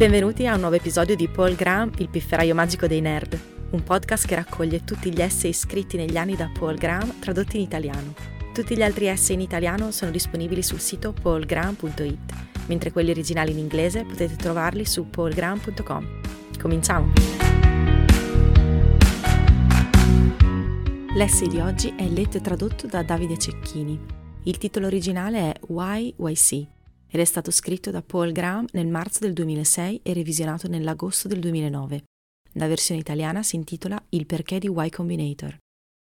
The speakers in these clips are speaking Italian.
Benvenuti a un nuovo episodio di Paul Graham, il pifferaio magico dei nerd, un podcast che raccoglie tutti gli essay scritti negli anni da Paul Graham tradotti in italiano. Tutti gli altri essay in italiano sono disponibili sul sito paulgraham.it, mentre quelli originali in inglese potete trovarli su paulgraham.com. Cominciamo! L'essay di oggi è letto e tradotto da Davide Cecchini. Il titolo originale è YYC ed è stato scritto da Paul Graham nel marzo del 2006 e revisionato nell'agosto del 2009. La versione italiana si intitola Il perché di Y Combinator.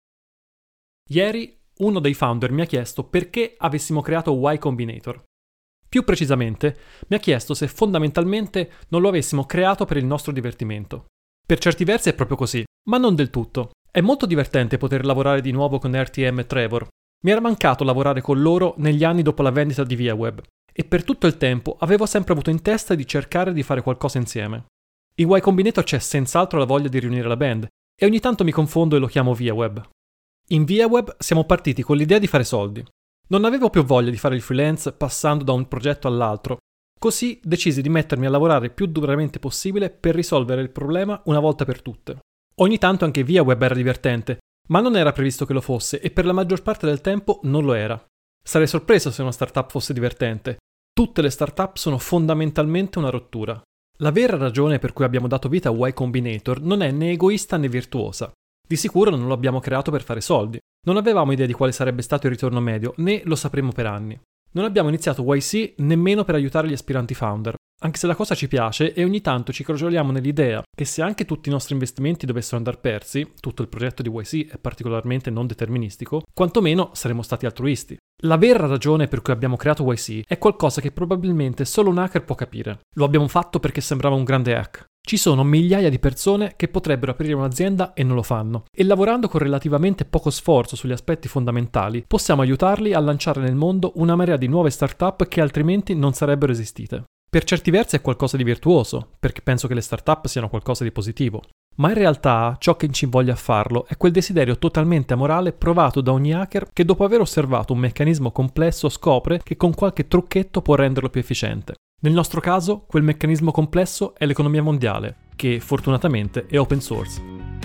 Ieri uno dei founder mi ha chiesto perché avessimo creato Y Combinator. Più precisamente, mi ha chiesto se fondamentalmente non lo avessimo creato per il nostro divertimento. Per certi versi è proprio così, ma non del tutto. È molto divertente poter lavorare di nuovo con RTM e Trevor. Mi era mancato lavorare con loro negli anni dopo la vendita di ViaWeb e per tutto il tempo avevo sempre avuto in testa di cercare di fare qualcosa insieme. In Y Combinator c'è senz'altro la voglia di riunire la band e ogni tanto mi confondo e lo chiamo ViaWeb. In ViaWeb siamo partiti con l'idea di fare soldi. Non avevo più voglia di fare il freelance passando da un progetto all'altro, così decisi di mettermi a lavorare il più duramente possibile per risolvere il problema una volta per tutte. Ogni tanto anche ViaWeb era divertente, ma non era previsto che lo fosse e per la maggior parte del tempo non lo era. Sarei sorpreso se una startup fosse divertente. Tutte le startup sono fondamentalmente una rottura. La vera ragione per cui abbiamo dato vita a Y Combinator non è né egoista né virtuosa. Di sicuro non lo abbiamo creato per fare soldi. Non avevamo idea di quale sarebbe stato il ritorno medio, né lo sapremo per anni. Non abbiamo iniziato YC nemmeno per aiutare gli aspiranti founder, anche se la cosa ci piace e ogni tanto ci crogioliamo nell'idea che se anche tutti i nostri investimenti dovessero andar persi, tutto il progetto di YC è particolarmente non deterministico, quantomeno saremmo stati altruisti. La vera ragione per cui abbiamo creato YC è qualcosa che probabilmente solo un hacker può capire. Lo abbiamo fatto perché sembrava un grande hack. Ci sono migliaia di persone che potrebbero aprire un'azienda e non lo fanno, e lavorando con relativamente poco sforzo sugli aspetti fondamentali, possiamo aiutarli a lanciare nel mondo una marea di nuove startup che altrimenti non sarebbero esistite. Per certi versi è qualcosa di virtuoso, perché penso che le startup siano qualcosa di positivo. Ma in realtà ciò che ci invoglia a farlo è quel desiderio totalmente amorale provato da ogni hacker che dopo aver osservato un meccanismo complesso scopre che con qualche trucchetto può renderlo più efficiente. Nel nostro caso, quel meccanismo complesso è l'economia mondiale, che fortunatamente è open source.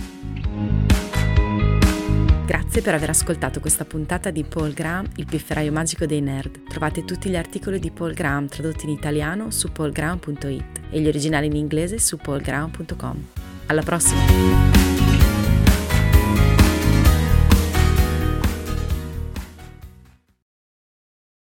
Grazie per aver ascoltato questa puntata di Paul Graham, il pifferaio magico dei nerd. Trovate tutti gli articoli di Paul Graham tradotti in italiano su paulgraham.it e gli originali in inglese su paulgraham.com. Alla prossima!